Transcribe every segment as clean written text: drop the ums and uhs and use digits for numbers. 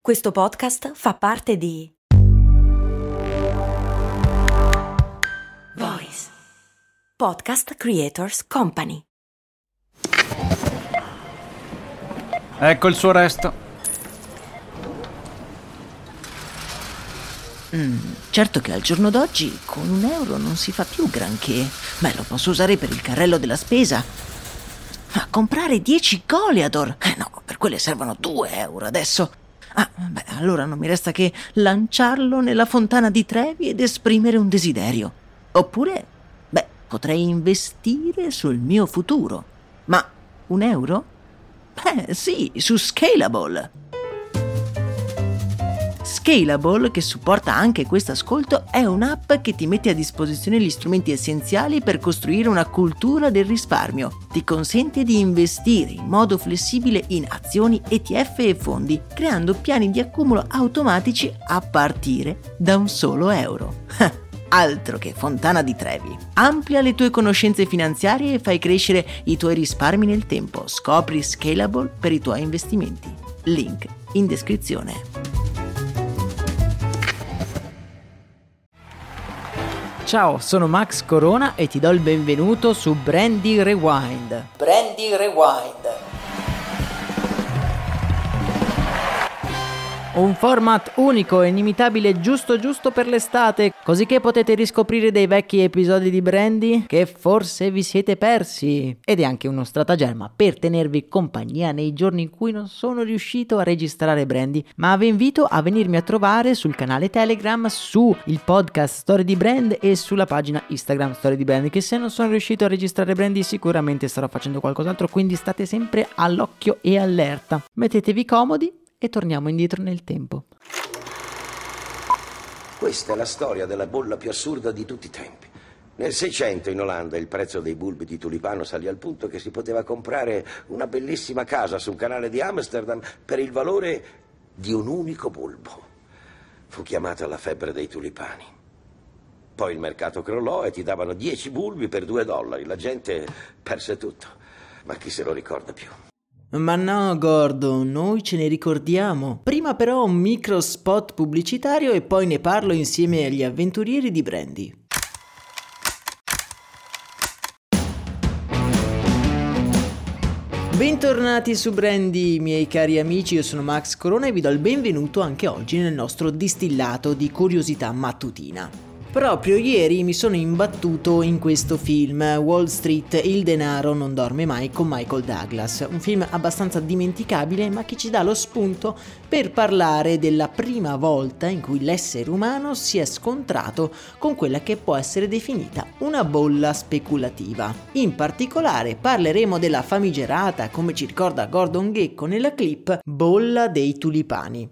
Questo podcast fa parte di Voice Podcast Creators Company. Ecco il suo resto. Certo che al giorno d'oggi con €1 non si fa più granché. Lo posso usare per il carrello della spesa. Ma comprare 10 Goliador? No, per quelle servono €2 adesso. Allora non mi resta che lanciarlo nella fontana di Trevi ed esprimere un desiderio. Oppure, potrei investire sul mio futuro. Ma €1? Sì, su Scalable. Scalable, che supporta anche questo ascolto, è un'app che ti mette a disposizione gli strumenti essenziali per costruire una cultura del risparmio. Ti consente di investire in modo flessibile in azioni, ETF e fondi, creando piani di accumulo automatici a partire da un solo euro. Altro che fontana di Trevi. Amplia le tue conoscenze finanziarie e fai crescere i tuoi risparmi nel tempo. Scopri Scalable per i tuoi investimenti. Link in descrizione. Ciao, sono Max Corona e ti do il benvenuto su Brandy Rewind. Un format unico e inimitabile giusto per l'estate, così che potete riscoprire dei vecchi episodi di Brandy che forse vi siete persi. Ed è anche uno stratagemma per tenervi compagnia nei giorni in cui non sono riuscito a registrare Brandy, ma vi invito a venirmi a trovare sul canale Telegram, su il podcast Storie di Brand e sulla pagina Instagram Storie di Brand, che se non sono riuscito a registrare Brandy sicuramente starò facendo qualcos'altro, quindi state sempre all'occhio e allerta. Mettetevi comodi e torniamo indietro nel tempo. Questa è la storia della bolla più assurda di tutti i tempi. Nel 600 in Olanda il prezzo dei bulbi di tulipano salì al punto che si poteva comprare una bellissima casa sul canale di Amsterdam per il valore di un unico bulbo. Fu chiamata la febbre dei tulipani. Poi il mercato crollò e ti davano 10 bulbi per $2. La gente perse tutto, ma chi se lo ricorda più? Ma no, Gordon, noi ce ne ricordiamo. Prima però un micro spot pubblicitario e poi ne parlo insieme agli avventurieri di Brandy. Bentornati su Brandy, miei cari amici, io sono Max Corona e vi do il benvenuto anche oggi nel nostro distillato di curiosità mattutina. Proprio ieri mi sono imbattuto in questo film, Wall Street, il denaro non dorme mai, con Michael Douglas, un film abbastanza dimenticabile ma che ci dà lo spunto per parlare della prima volta in cui l'essere umano si è scontrato con quella che può essere definita una bolla speculativa. In particolare parleremo della famigerata, come ci ricorda Gordon Gekko nella clip, bolla dei tulipani.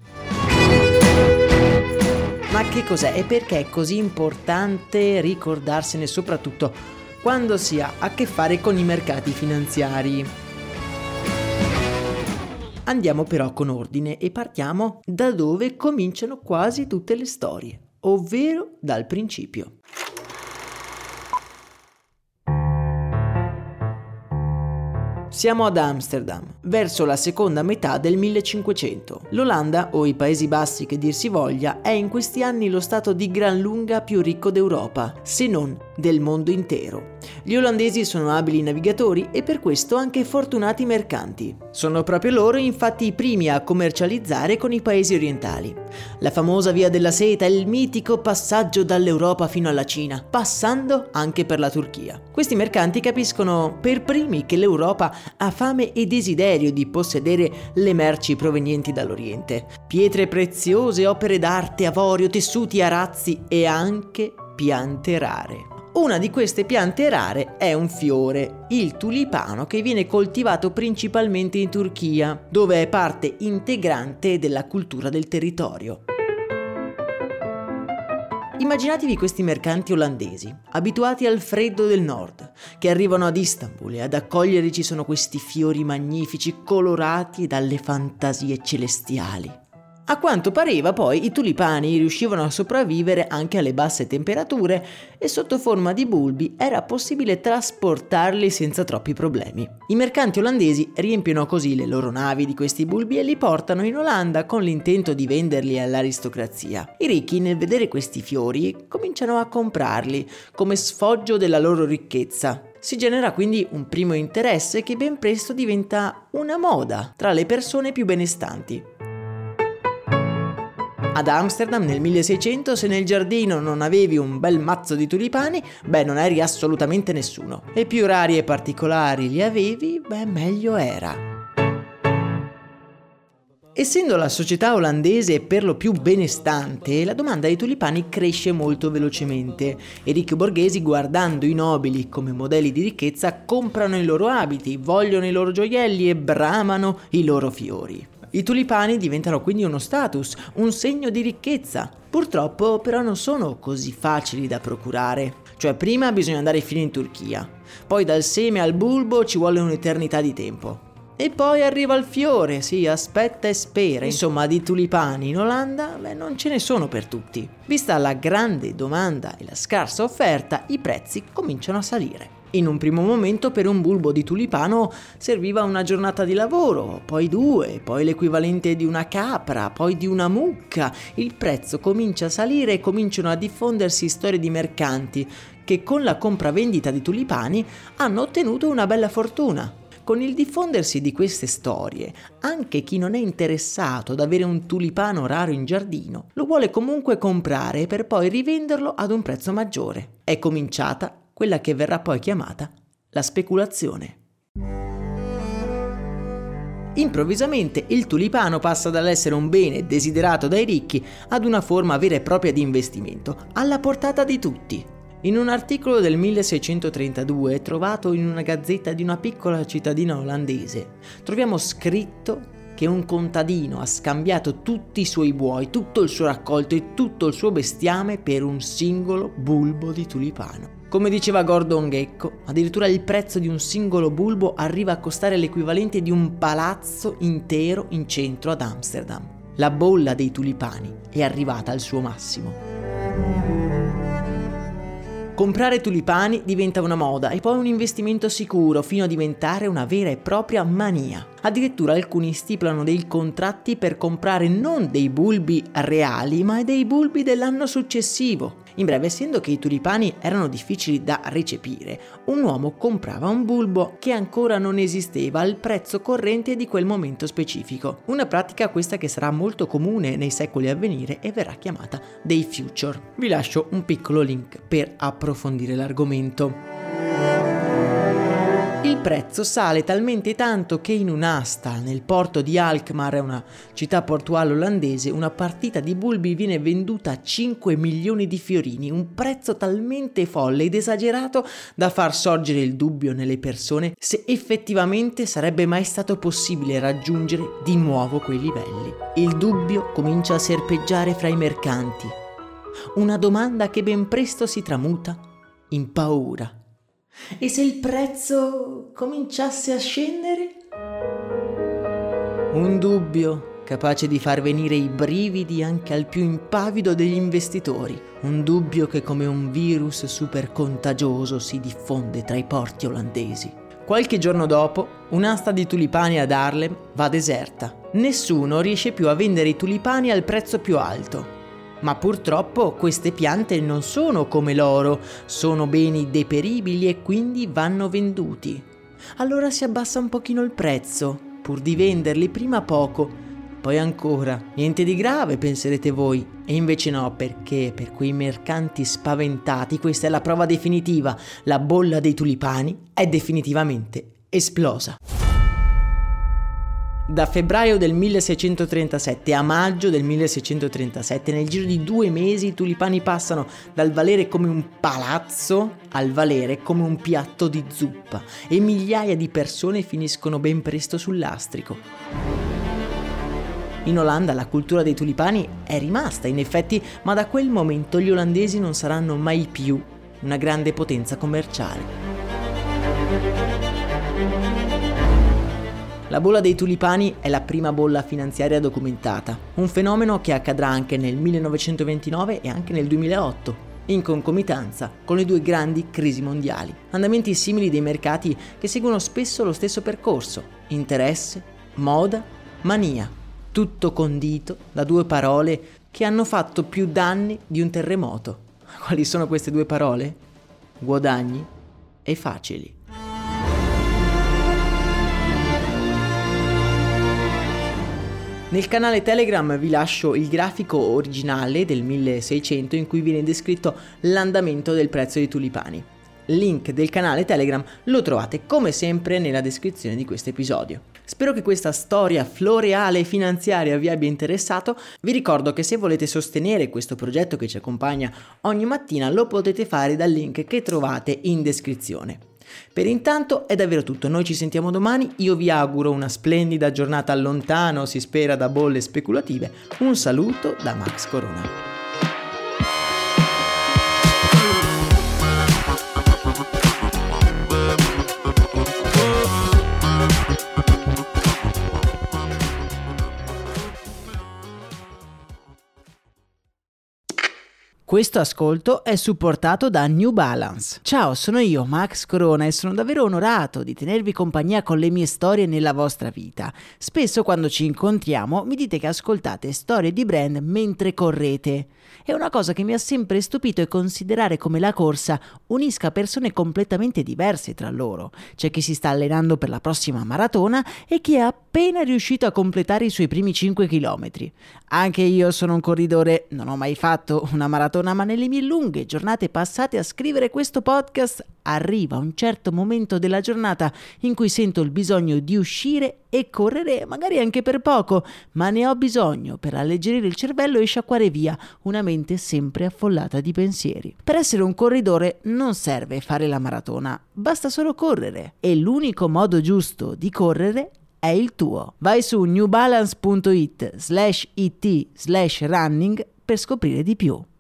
Ma che cos'è e perché è così importante ricordarsene, soprattutto quando si ha a che fare con i mercati finanziari? Andiamo però con ordine e partiamo da dove cominciano quasi tutte le storie, ovvero dal principio. Siamo ad Amsterdam, verso la seconda metà del 1500. L'Olanda, o i Paesi Bassi che dir si voglia, è in questi anni lo stato di gran lunga più ricco d'Europa, se non del mondo intero. Gli olandesi sono abili navigatori e per questo anche fortunati mercanti. Sono proprio loro infatti i primi a commercializzare con i paesi orientali. La famosa via della seta è il mitico passaggio dall'Europa fino alla Cina, passando anche per la Turchia. Questi mercanti capiscono per primi che l'Europa ha fame e desiderio di possedere le merci provenienti dall'Oriente. Pietre preziose, opere d'arte, avorio, tessuti, arazzi e anche piante rare. Una di queste piante rare è un fiore, il tulipano, che viene coltivato principalmente in Turchia, dove è parte integrante della cultura del territorio. Immaginatevi questi mercanti olandesi, abituati al freddo del nord, che arrivano ad Istanbul e ad accogliere ci sono questi fiori magnifici colorati dalle fantasie celestiali. A quanto pareva poi i tulipani riuscivano a sopravvivere anche alle basse temperature e sotto forma di bulbi era possibile trasportarli senza troppi problemi. I mercanti olandesi riempiono così le loro navi di questi bulbi e li portano in Olanda con l'intento di venderli all'aristocrazia. I ricchi, nel vedere questi fiori, cominciano a comprarli come sfoggio della loro ricchezza. Si genera quindi un primo interesse che ben presto diventa una moda tra le persone più benestanti. Ad Amsterdam nel 1600 se nel giardino non avevi un bel mazzo di tulipani, non eri assolutamente nessuno. E più rari e particolari li avevi, meglio era. Essendo la società olandese per lo più benestante, la domanda dei tulipani cresce molto velocemente. I ricchi borghesi, guardando i nobili come modelli di ricchezza, comprano i loro abiti, vogliono i loro gioielli e bramano i loro fiori. I tulipani diventano quindi uno status, un segno di ricchezza. Purtroppo però non sono così facili da procurare. Cioè prima bisogna andare fino in Turchia, poi dal seme al bulbo ci vuole un'eternità di tempo. E poi arriva il fiore, sì, aspetta e spera. Insomma, di tulipani in Olanda non ce ne sono per tutti. Vista la grande domanda e la scarsa offerta, i prezzi cominciano a salire. In un primo momento per un bulbo di tulipano serviva una giornata di lavoro, poi 2, poi l'equivalente di una capra, poi di una mucca. Il prezzo comincia a salire e cominciano a diffondersi storie di mercanti che con la compravendita di tulipani hanno ottenuto una bella fortuna. Con il diffondersi di queste storie, anche chi non è interessato ad avere un tulipano raro in giardino lo vuole comunque comprare per poi rivenderlo ad un prezzo maggiore. È cominciata quella che verrà poi chiamata la speculazione. Improvvisamente il tulipano passa dall'essere un bene desiderato dai ricchi ad una forma vera e propria di investimento, alla portata di tutti. In un articolo del 1632 trovato in una gazzetta di una piccola cittadina olandese, troviamo scritto che un contadino ha scambiato tutti i suoi buoi, tutto il suo raccolto e tutto il suo bestiame per un singolo bulbo di tulipano. Come diceva Gordon Gekko, addirittura il prezzo di un singolo bulbo arriva a costare l'equivalente di un palazzo intero in centro ad Amsterdam. La bolla dei tulipani è arrivata al suo massimo. Comprare tulipani diventa una moda e poi un investimento sicuro fino a diventare una vera e propria mania. Addirittura alcuni stipulano dei contratti per comprare non dei bulbi reali ma dei bulbi dell'anno successivo. In breve, essendo che i tulipani erano difficili da recepire, un uomo comprava un bulbo che ancora non esisteva al prezzo corrente di quel momento specifico. Una pratica questa che sarà molto comune nei secoli a venire e verrà chiamata dei future. Vi lascio un piccolo link per approfondire l'argomento. Il prezzo sale talmente tanto che in un'asta nel porto di Alkmaar, una città portuale olandese, una partita di bulbi viene venduta a 5 milioni di fiorini, un prezzo talmente folle ed esagerato da far sorgere il dubbio nelle persone se effettivamente sarebbe mai stato possibile raggiungere di nuovo quei livelli. Il dubbio comincia a serpeggiare fra i mercanti, una domanda che ben presto si tramuta in paura. E se il prezzo cominciasse a scendere? Un dubbio capace di far venire i brividi anche al più impavido degli investitori. Un dubbio che come un virus super contagioso si diffonde tra i porti olandesi. Qualche giorno dopo, un'asta di tulipani ad Haarlem va deserta. Nessuno riesce più a vendere i tulipani al prezzo più alto. Ma purtroppo queste piante non sono come l'oro, sono beni deperibili e quindi vanno venduti. Allora si abbassa un pochino il prezzo, pur di venderli prima poco, poi ancora. Niente di grave, penserete voi. E invece no, perché per quei mercanti spaventati questa è la prova definitiva. La bolla dei tulipani è definitivamente esplosa. Da febbraio del 1637 a maggio del 1637, nel giro di 2 mesi, i tulipani passano dal valere come un palazzo al valere come un piatto di zuppa e migliaia di persone finiscono ben presto sul lastrico. In Olanda la cultura dei tulipani è rimasta, in effetti, ma da quel momento gli olandesi non saranno mai più una grande potenza commerciale. La bolla dei tulipani è la prima bolla finanziaria documentata, un fenomeno che accadrà anche nel 1929 e anche nel 2008, in concomitanza con le due grandi crisi mondiali. Andamenti simili dei mercati che seguono spesso lo stesso percorso: interesse, moda, mania, tutto condito da due parole che hanno fatto più danni di un terremoto. Quali sono queste due parole? Guadagni e facili. Nel canale Telegram vi lascio il grafico originale del 1600 in cui viene descritto l'andamento del prezzo dei tulipani. Link del canale Telegram lo trovate come sempre nella descrizione di questo episodio. Spero che questa storia floreale e finanziaria vi abbia interessato. Vi ricordo che se volete sostenere questo progetto che ci accompagna ogni mattina lo potete fare dal link che trovate in descrizione. Per intanto è davvero tutto, noi ci sentiamo domani, io vi auguro una splendida giornata lontano, si spera, da bolle speculative. Un saluto da Max Corona. Questo ascolto è supportato da New Balance. Ciao, sono io, Max Corona, e sono davvero onorato di tenervi compagnia con le mie storie nella vostra vita. Spesso quando ci incontriamo mi dite che ascoltate storie di brand mentre correte. E una cosa che mi ha sempre stupito è considerare come la corsa unisca persone completamente diverse tra loro. C'è chi si sta allenando per la prossima maratona e chi è appena riuscito a completare i suoi primi 5 chilometri. Anche io sono un corridore, non ho mai fatto una maratona, ma nelle mie lunghe giornate passate a scrivere questo podcast arriva un certo momento della giornata in cui sento il bisogno di uscire e correre, magari anche per poco, ma ne ho bisogno per alleggerire il cervello e sciacquare via una mente sempre affollata di pensieri. Per essere un corridore non serve fare la maratona, basta solo correre, e l'unico modo giusto di correre è il tuo. Vai su newbalance.it/it/running per scoprire di più.